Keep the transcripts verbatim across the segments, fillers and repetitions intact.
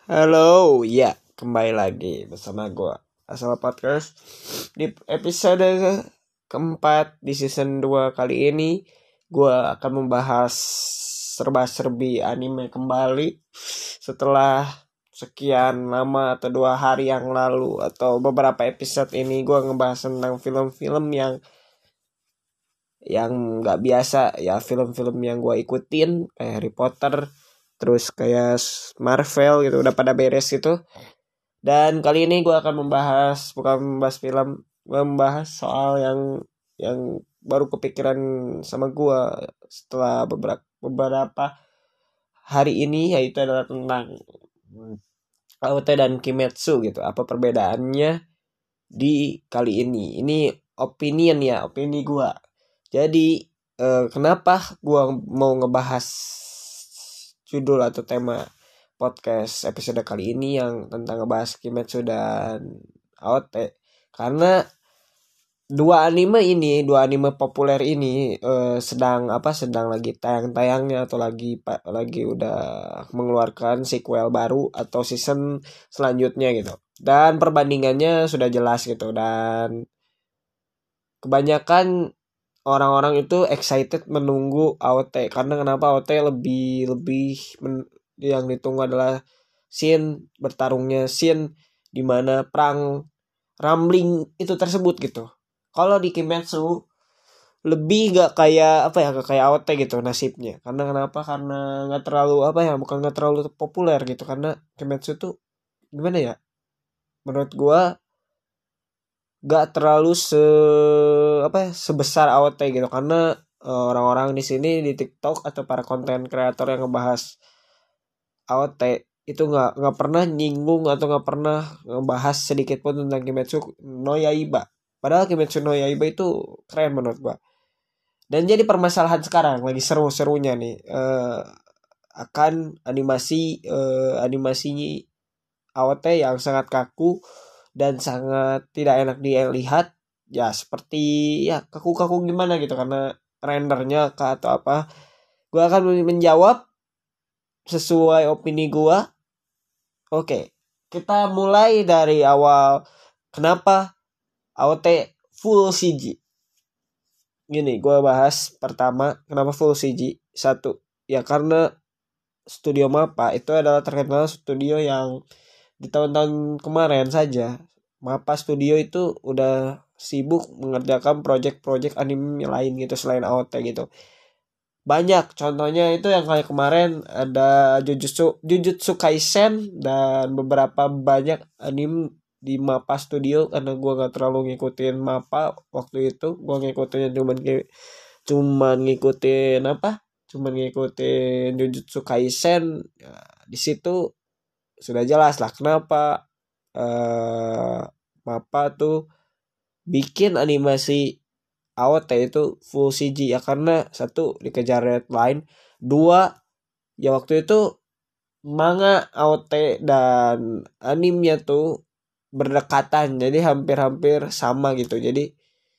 Halo, ya kembali lagi bersama gue Asal Podcast. Di episode keempat di season dua kali ini gue akan membahas serba-serbi anime kembali setelah sekian lama atau dua hari yang lalu atau beberapa episode ini gue ngebahas tentang film-film yang yang nggak biasa ya, film-film yang gue ikutin kayak Harry Potter, terus kayak Marvel gitu udah pada beres gitu. Dan kali ini gue akan membahas bukan membahas film, gue membahas soal yang yang baru kepikiran sama gue setelah beberapa beberapa hari ini, yaitu adalah tentang A O T dan Kimetsu gitu. Apa perbedaannya di kali ini? Ini opinion ya, opini gue. Jadi eh, kenapa gue mau ngebahas judul atau tema podcast episode kali ini yang tentang ngebahas Kimetsu dan A O T? Karena dua anime ini, dua anime populer ini eh, sedang apa? Sedang lagi tayang-tayangnya atau lagi lagi udah mengeluarkan sequel baru atau season selanjutnya gitu. Dan perbandingannya sudah jelas gitu, dan kebanyakan orang-orang itu excited menunggu A O T. Karena kenapa? A O T lebih lebih men, yang ditunggu adalah scene bertarungnya, scene dimana perang rambling itu tersebut gitu. Kalau di Kimetsu lebih gak kayak apa ya, gak kayak A O T gitu nasibnya. Karena kenapa? Karena nggak terlalu apa ya, bukan nggak terlalu populer gitu. Karena Kimetsu tuh gimana ya? Menurut gua gak terlalu se apa ya, sebesar A O T gitu. Karena uh, orang-orang di sini di TikTok atau para konten kreator yang ngebahas A O T itu nggak nggak pernah nyinggung atau nggak pernah ngebahas sedikit pun tentang Kimetsu no Yaiba. Padahal Kimetsu no Yaiba itu keren menurut gua. Dan jadi permasalahan sekarang lagi seru-serunya nih uh, akan animasi uh, animasi A O T yang sangat kaku dan sangat tidak enak dilihat ya, seperti ya kaku-kaku gimana gitu karena rendernya kah atau apa. Gue akan menjawab sesuai opini gue. Oke, kita mulai dari awal. Kenapa A O T full C G? Gini, gue bahas pertama kenapa full C G. Satu, ya karena Studio Mappa itu adalah terkenal studio yang di tahun-tahun kemarin saja Mappa Studio itu udah sibuk mengerjakan project-project anime lain gitu selain A O T gitu. Banyak contohnya itu yang kayak kemarin ada Jujutsu Jujutsu Kaisen dan beberapa banyak anime di Mappa Studio. Karena gue gak terlalu ngikutin Mappa waktu itu, gue ngikutinnya cuman cuman ngikutin apa? Cuman ngikutin Jujutsu Kaisen. Ya, di situ sudah jelas lah kenapa uh, Mappa tuh bikin animasi A O T itu full C G ya, karena satu dikejar deadline, dua ya waktu itu manga A O T dan animenya tuh berdekatan, jadi hampir-hampir sama gitu. Jadi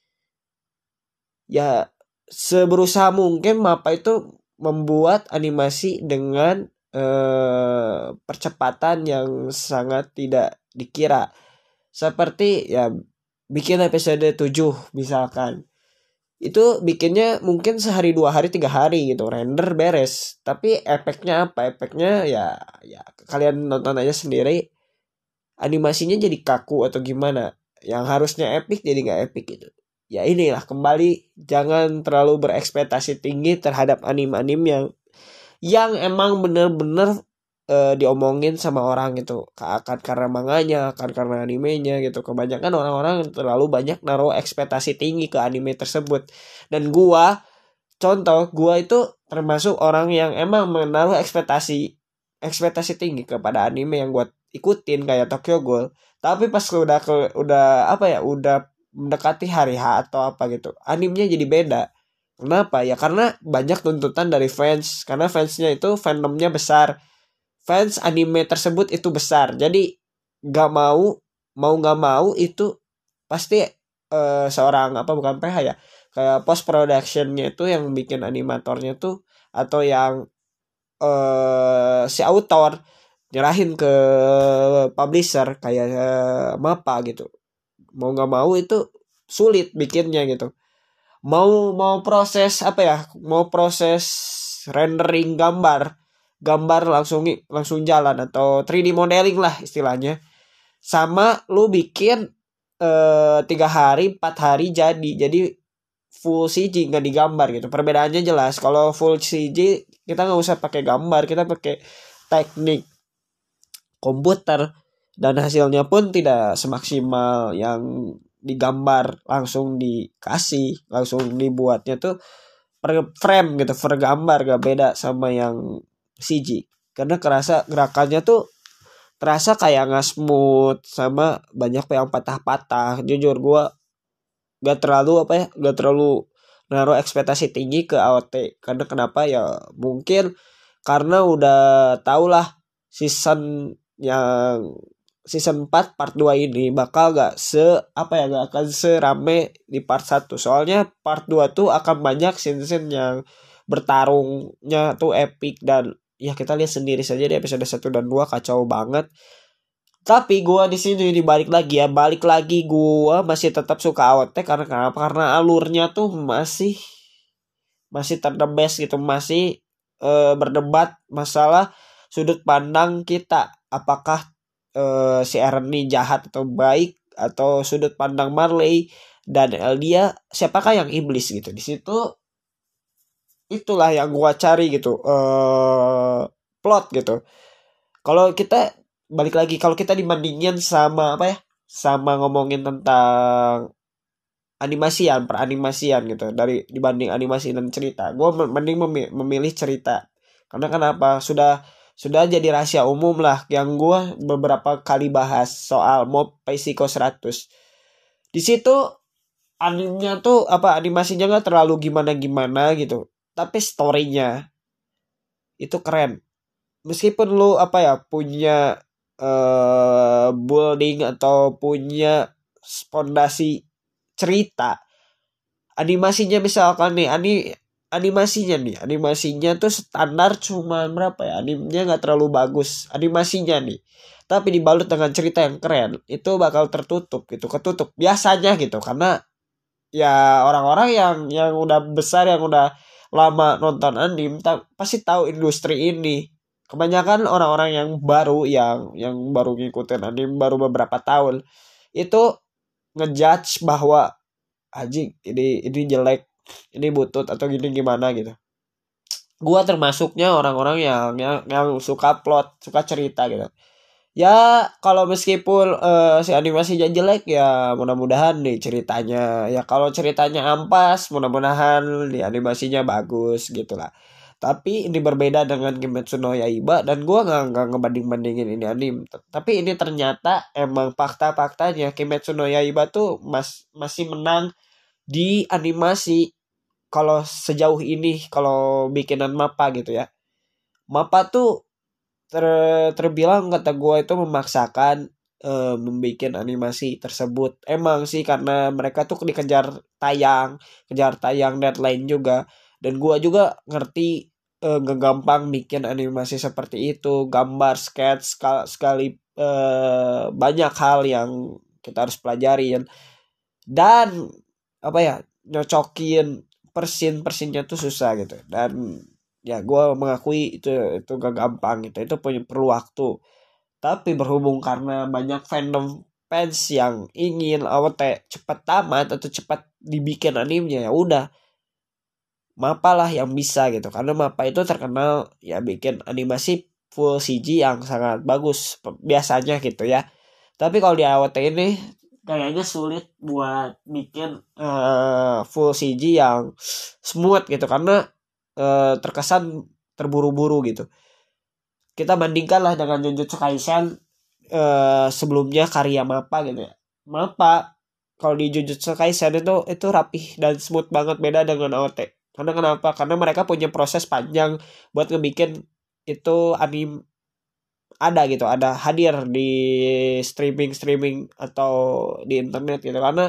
ya seberusaha mungkin Mappa itu membuat animasi dengan eh, percepatan yang sangat tidak dikira. Seperti ya bikin episode tujuh misalkan. Itu bikinnya mungkin sehari, dua hari, tiga hari gitu, render beres. Tapi efeknya apa? Efeknya ya ya kalian nonton aja sendiri. Animasinya jadi kaku atau gimana. Yang harusnya epic jadi gak epic gitu. Ya inilah kembali, jangan terlalu berekspektasi tinggi terhadap anime-anime yang yang emang bener-bener uh, diomongin sama orang gitu, akan karena manganya, akan karena animenya gitu. Kebanyakan orang-orang terlalu banyak naruh ekspektasi tinggi ke anime tersebut. Dan gua, contoh, gua itu termasuk orang yang emang menaruh ekspektasi ekspektasi tinggi kepada anime yang gua ikutin kayak Tokyo Ghoul. Tapi pas udah ke udah apa ya, udah mendekati hari H atau apa gitu, animenya jadi beda. Kenapa? Ya karena banyak tuntutan dari fans. Karena fansnya itu fandomnya besar. Fans anime tersebut itu besar. Jadi gak mau, mau gak mau itu pasti uh, seorang apa bukan P H ya, kayak post productionnya itu yang bikin animatornya tuh atau yang uh, si autor nyerahin ke publisher kayak uh, Mappa gitu. Mau nggak mau itu sulit bikinnya gitu. Mau mau proses apa ya? Mau proses rendering gambar, gambar langsung langsung jalan atau tiga D modeling lah istilahnya. Sama lu bikin eh, tiga hari, empat hari jadi. Jadi full C G nggak digambar gitu. Perbedaannya jelas. Kalau full C G kita nggak usah pakai gambar, kita pakai teknik komputer dan hasilnya pun tidak semaksimal yang digambar langsung dikasih, langsung dibuatnya tuh per frame gitu, per gambar gak beda sama yang C G. Karena kerasa gerakannya tuh terasa kayak nggak smooth sama banyak yang patah-patah. Jujur gue gak terlalu apa ya, gak terlalu naruh ekspektasi tinggi ke A O T. Karena kenapa ya? Mungkin karena udah tau lah season yang season empat part dua ini bakal gak se apa ya gak akan serame di part satu. Soalnya part dua tuh akan banyak scene-scene yang bertarungnya tuh epic dan ya kita lihat sendiri saja di episode satu dan dua kacau banget. Tapi gue di sini dibalik lagi ya, balik lagi gue masih tetap suka A O T karena kenapa? Karena alurnya tuh masih masih terdebes gitu, masih e, berdebat masalah sudut pandang kita. Apakah e, si Eren ini jahat atau baik, atau sudut pandang Marley dan Eldia siapakah yang iblis gitu. Di situ itulah yang gue cari gitu, e, plot gitu. Kalau kita balik lagi, kalau kita dibandingin sama apa ya, sama ngomongin tentang animasian, peranimasian gitu, dari dibanding animasi dan cerita, gue mending memilih cerita. Karena kenapa? Sudah sudah jadi rahasia umum lah yang gue beberapa kali bahas soal Mob Psycho seratus. Di situ animenya tuh apa, animasinya nggak terlalu gimana gimana gitu, tapi storynya itu keren. Meskipun lu apa ya punya uh, building atau punya fondasi cerita, animasinya misalkan nih ani animasinya nih animasinya tuh standar cuma berapa ya, animenya nggak terlalu bagus animasinya nih, tapi dibalut dengan cerita yang keren, itu bakal tertutup gitu, ketutup biasanya gitu. Karena ya orang-orang yang yang udah besar, yang udah lama nonton anime ta- pasti tahu industri ini. Kebanyakan orang-orang yang baru yang yang baru ngikutin anime baru beberapa tahun itu ngejudge bahwa anjing ini ini jelek, ini butut atau gini gimana gitu. Gua termasuknya orang-orang yang yang yang suka plot, suka cerita gitu. Ya kalau meskipun uh, si animasinya jelek ya mudah-mudahan nih ceritanya, ya kalau ceritanya ampas mudah-mudahan di animasinya bagus gitu lah. Tapi ini berbeda dengan Kimetsu no Yaiba dan gue nggak nggak ngebanding-bandingin ini anime. Tapi ini ternyata emang fakta-faktanya Kimetsu no Yaiba tuh mas, masih menang di animasi kalau sejauh ini, kalau bikinan Mappa gitu ya. Mappa tuh ter, terbilang kata gue itu memaksakan uh, membuat animasi tersebut. Emang sih karena mereka tuh dikejar tayang, kejar tayang deadline juga. Dan gue juga ngerti uh, gak gampang bikin animasi seperti itu, gambar, sketch, sekali, sekali uh, banyak hal yang kita harus pelajarin. Dan apa ya, nyocokin persin-persinnya tuh susah gitu. Dan ya gue mengakui itu itu gak gampang gitu, itu punya perlu waktu. Tapi berhubung karena banyak fandom fans yang ingin A O T cepat tamat atau cepat dibikin animenya, ya udah Mappa lah yang bisa gitu. Karena Mappa itu terkenal ya bikin animasi full C G yang sangat bagus biasanya gitu ya. Tapi kalau di A O T ini kayaknya sulit buat bikin uh, full C G yang smooth gitu, karena uh, terkesan terburu-buru gitu. Kita bandingkanlah dengan Jujutsu Kaisen uh, sebelumnya karya Mappa gitu ya. Mappa kalau di Jujutsu Kaisen itu itu rapih dan smooth banget, beda dengan A O T. Karena kenapa? Karena mereka punya proses panjang buat ngebikin itu anime ada gitu, ada hadir di streaming streaming atau di internet gitu. Karena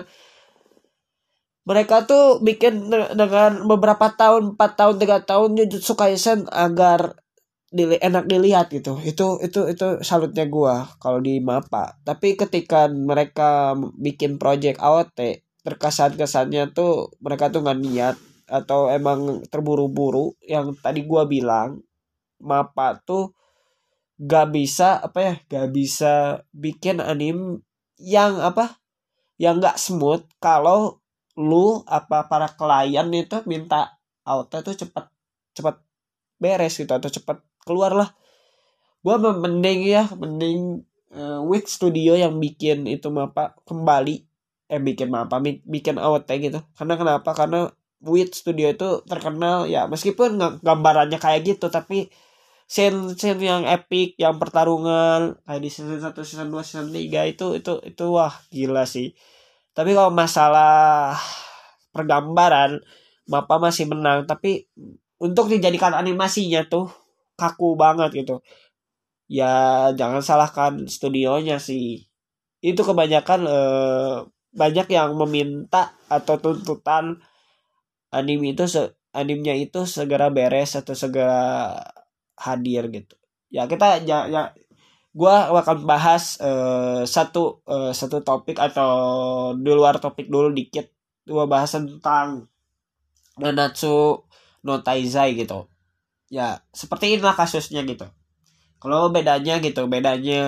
mereka tuh bikin dengan beberapa tahun, empat tahun, tiga tahun Jujutsu Kaisen agar dili, enak dilihat gitu. Itu itu itu salutnya gua kalau di Mappa. Tapi ketika mereka bikin project A O T, terkesan-kesannya tuh mereka tuh nggak niat atau emang terburu-buru. Yang tadi gua bilang Mappa tuh gak bisa apa ya, gak bisa bikin anime yang apa, yang gak smooth kalau lu apa para klien itu minta A O T tuh cepat cepat beres gitu atau cepat keluar lah. Gua mending ya mending uh, Wit Studio yang bikin itu Mappa kembali, eh bikin Mappa bikin A O T gitu. Karena kenapa? Karena Wit Studio itu terkenal ya, meskipun gambarannya kayak gitu tapi scene-scene yang epic, yang pertarungan kayak di season satu, season dua, season tiga itu itu itu wah gila sih. Tapi kalau masalah pergambaran Mappa masih menang, tapi untuk dijadikan animasinya tuh kaku banget gitu. Ya jangan salahkan studionya sih. Itu kebanyakan eh, banyak yang meminta atau tuntutan anime itu se animenya itu segera beres atau segera hadir gitu. Ya kita ya, ya gua akan bahas uh, satu uh, satu topik atau di luar topik dulu dikit. Gua bahas tentang Nanatsu no Taizai gitu. Ya seperti inilah kasusnya gitu. Kalau bedanya gitu, bedanya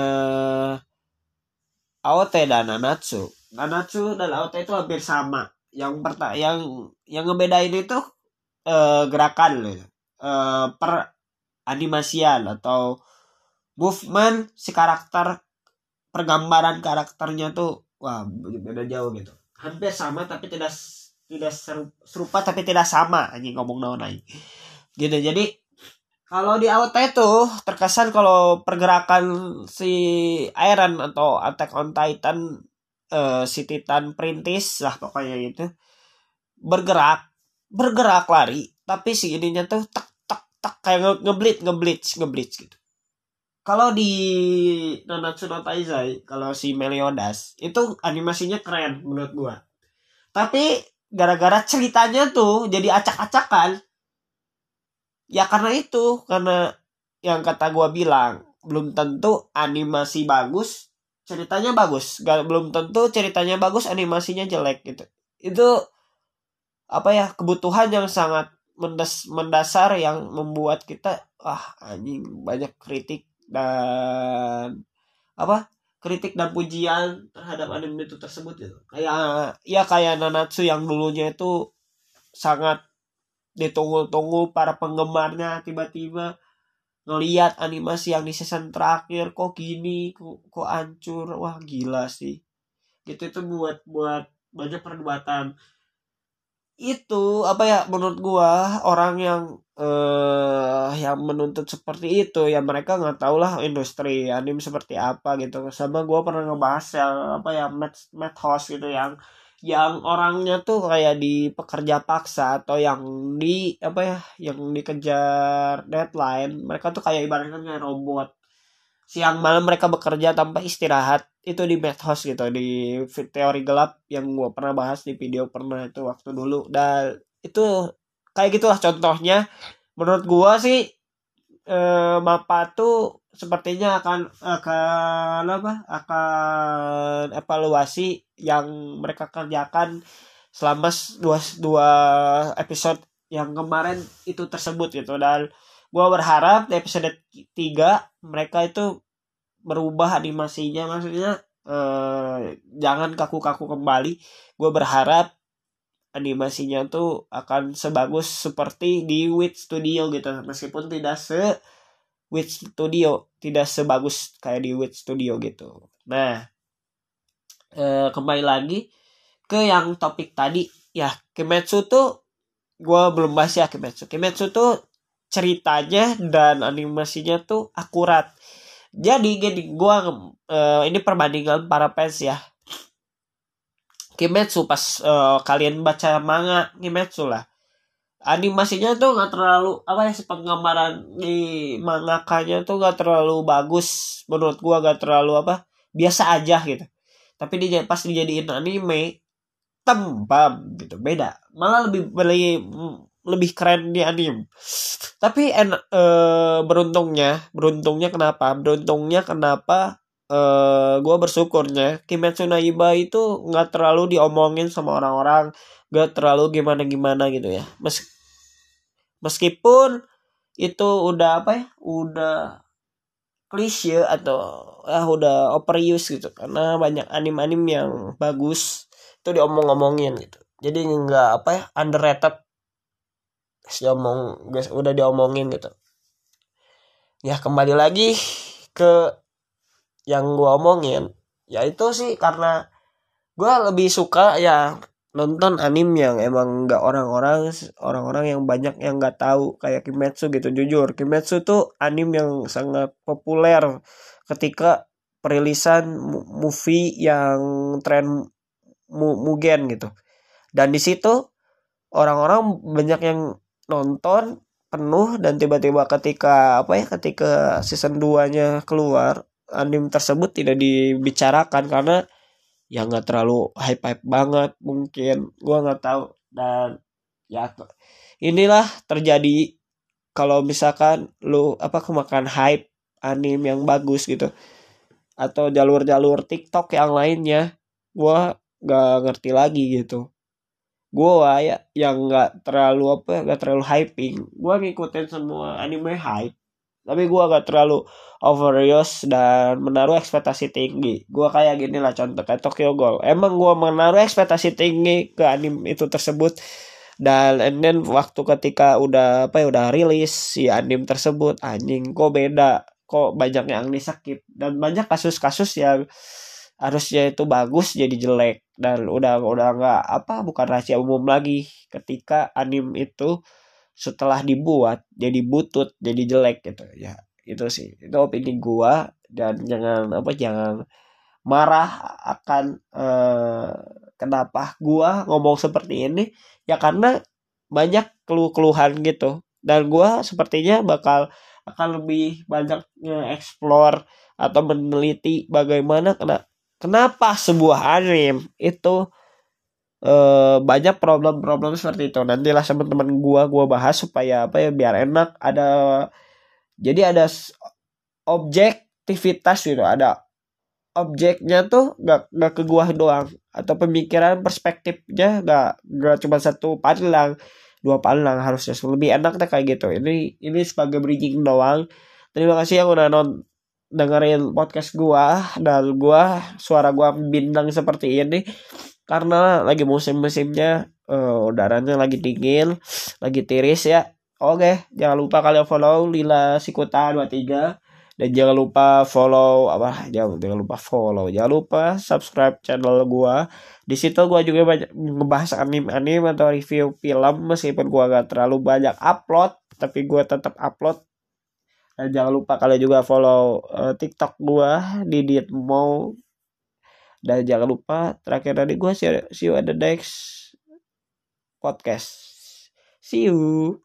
A O T dan Nanatsu. Nanatsu dan A O T itu hampir sama. Yang pertama yang yang ngebedain itu uh, gerakan uh, per animasian atau movement si karakter, pergambaran karakternya tuh wah beda jauh gitu. Hampir sama tapi tidak tidak serupa tapi tidak sama, anjing ngomong naon aing. Gitu. Jadi kalau di A O T tuh terkesan kalau pergerakan si Iron atau Attack on Titan uh, si Titan Perintis lah pokoknya gitu. Bergerak, bergerak lari, tapi si ininya tuh tak tak tak kayak ngeblitz, ngeblitz, ngeblitz gitu. Kalau di Nanatsu no Taizai, kalau si Meliodas itu animasinya keren menurut gua. Tapi gara-gara ceritanya tuh jadi acak-acakan. Ya karena itu, karena yang kata gua bilang, belum tentu animasi bagus, ceritanya bagus. Gak, belum tentu ceritanya bagus, animasinya jelek gitu. Itu apa ya, kebutuhan yang sangat mendas- mendasar yang membuat kita ah anjing banyak kritik dan apa kritik dan pujian terhadap anime itu tersebut gitu. Kayak ya kayak Nanatsu yang dulunya itu sangat ditunggu-tunggu para penggemarnya, tiba-tiba ngelihat animasi yang di season terakhir kok gini, kok, kok hancur, wah gila sih. Gitu itu buat buat banyak perdebatan. Itu apa ya, menurut gua orang yang eh yang menuntut seperti itu ya mereka nggak tahu lah industri anime seperti apa gitu. Sama gua pernah ngebahas yang apa ya, Math Math House gitu, yang yang orangnya tuh kayak di pekerja paksa atau yang di apa ya, yang dikejar deadline. Mereka tuh kayak ibaratnya kayak robot, siang malam mereka bekerja tanpa istirahat. Itu di Madhouse gitu, di teori gelap yang gue pernah bahas di video pernah itu waktu dulu. Dan itu kayak gitulah contohnya. Menurut gue sih eh, Mappa tuh sepertinya akan akan apa akan evaluasi yang mereka kerjakan selama dua dua episode yang kemarin itu tersebut gitu. Dan gue berharap di episode tiga mereka itu merubah animasinya, maksudnya eh, jangan kaku-kaku kembali. Gue berharap animasinya tuh akan sebagus seperti di Wit Studio gitu, meskipun tidak se Wit Studio, tidak sebagus kayak di Wit Studio gitu. Nah eh, kembali lagi ke yang topik tadi ya, Kimetsu tuh gue belum bahas ya. Kimetsu Kimetsu tuh ceritanya dan animasinya tuh akurat. Jadi gini, gue uh, ini perbandingan para fans ya. Kimetsu pas uh, kalian baca manga Kimetsu lah, animasinya tuh nggak terlalu apa ya, penggambaran di mangakanya tuh nggak terlalu bagus menurut gue, nggak terlalu apa, biasa aja gitu. Tapi dia pas dijadiin anime tembam gitu, beda, malah lebih beli lebih keren di anime. Tapi en eh, beruntungnya, beruntungnya kenapa? Beruntungnya kenapa? Eh, gue bersyukurnya Kimetsu no Yaiba itu nggak terlalu diomongin sama orang-orang, nggak terlalu gimana-gimana gitu ya. Mes meskipun itu udah apa ya? Udah klise atau ah udah overuse gitu karena banyak anime-anime yang bagus itu diomong-omongin gitu. Jadi nggak apa ya underrated diomong guys udah diomongin gitu. Ya kembali lagi ke yang gua omongin, ya itu sih karena gua lebih suka ya nonton anime yang emang nggak orang-orang orang-orang yang banyak yang nggak tahu kayak Kimetsu gitu. Jujur Kimetsu tuh anime yang sangat populer ketika perilisan movie yang tren Mugen gitu, dan di situ orang-orang banyak yang nonton penuh, dan tiba-tiba ketika apa ya ketika season dua-nya keluar anime tersebut tidak dibicarakan karena ya nggak terlalu hype-hype banget, mungkin gua nggak tahu. Dan ya inilah terjadi kalau misalkan lu apa kemakan hype anime yang bagus gitu atau jalur-jalur TikTok yang lainnya, gua nggak ngerti lagi gitu. Gua ya yang nggak terlalu apa nggak terlalu hyping, gua ngikutin semua anime hype tapi gua nggak terlalu overuse dan menaruh ekspektasi tinggi. Gua kayak gini lah contoh kayak Tokyo Ghoul, emang gua menaruh ekspektasi tinggi ke anime itu tersebut, dan and then waktu ketika udah apa ya udah rilis si anime tersebut, anjing kok beda, kok banyak yang di skip dan banyak kasus-kasus yang harusnya itu bagus jadi jelek, dan udah udah nggak apa bukan rahasia umum lagi ketika anime itu setelah dibuat jadi butut jadi jelek gitu ya. Itu sih itu opini gua, dan jangan apa jangan marah akan eh, kenapa gua ngomong seperti ini ya, karena banyak keluh-keluhan gitu, dan gua sepertinya bakal akan lebih banyak nge-explore atau meneliti bagaimana kena kenapa sebuah anime itu eh, banyak problem-problem seperti itu. Nantilah teman-teman gua gua bahas supaya apa ya biar enak, ada jadi ada objektivitas gitu, ada objeknya tuh gak, gak ke gua doang, atau pemikiran perspektifnya gak, gak cuma satu pandang dua pandang, harusnya lebih enak deh kayak gitu. Ini ini sebagai bridging doang. Terima kasih yang udah non dengerin podcast gua, dan gua suara gua bintang seperti ini karena lagi musim-musimnya uh, udaranya lagi dingin, lagi tiris ya. Oke, jangan lupa kalian follow Lila Sikuta dua tiga, dan jangan lupa follow apa jangan, jangan lupa follow jangan lupa subscribe channel gua. Di situ gua juga banyak ngebahas anime-anime atau review film, meskipun gua gak terlalu banyak upload tapi gua tetap upload. Dan jangan lupa kalian juga follow uh, TikTok gua di Dietmo. Dan jangan lupa terakhir dari gua see you, see you at the next podcast. See you.